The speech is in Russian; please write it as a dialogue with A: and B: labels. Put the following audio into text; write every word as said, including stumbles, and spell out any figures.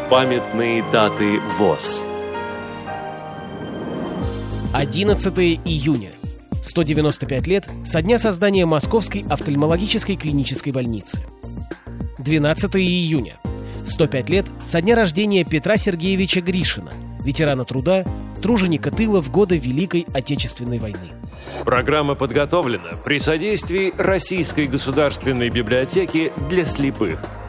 A: Памятные даты ВОС.
B: одиннадцатое июня. сто девяносто пять лет со дня создания Московской офтальмологической клинической больницы. двенадцатое июня. сто пять лет со дня рождения Петра Сергеевича Гришина, ветерана труда, труженика тыла в годы Великой Отечественной войны.
A: Программа подготовлена при содействии Российской государственной библиотеки для слепых.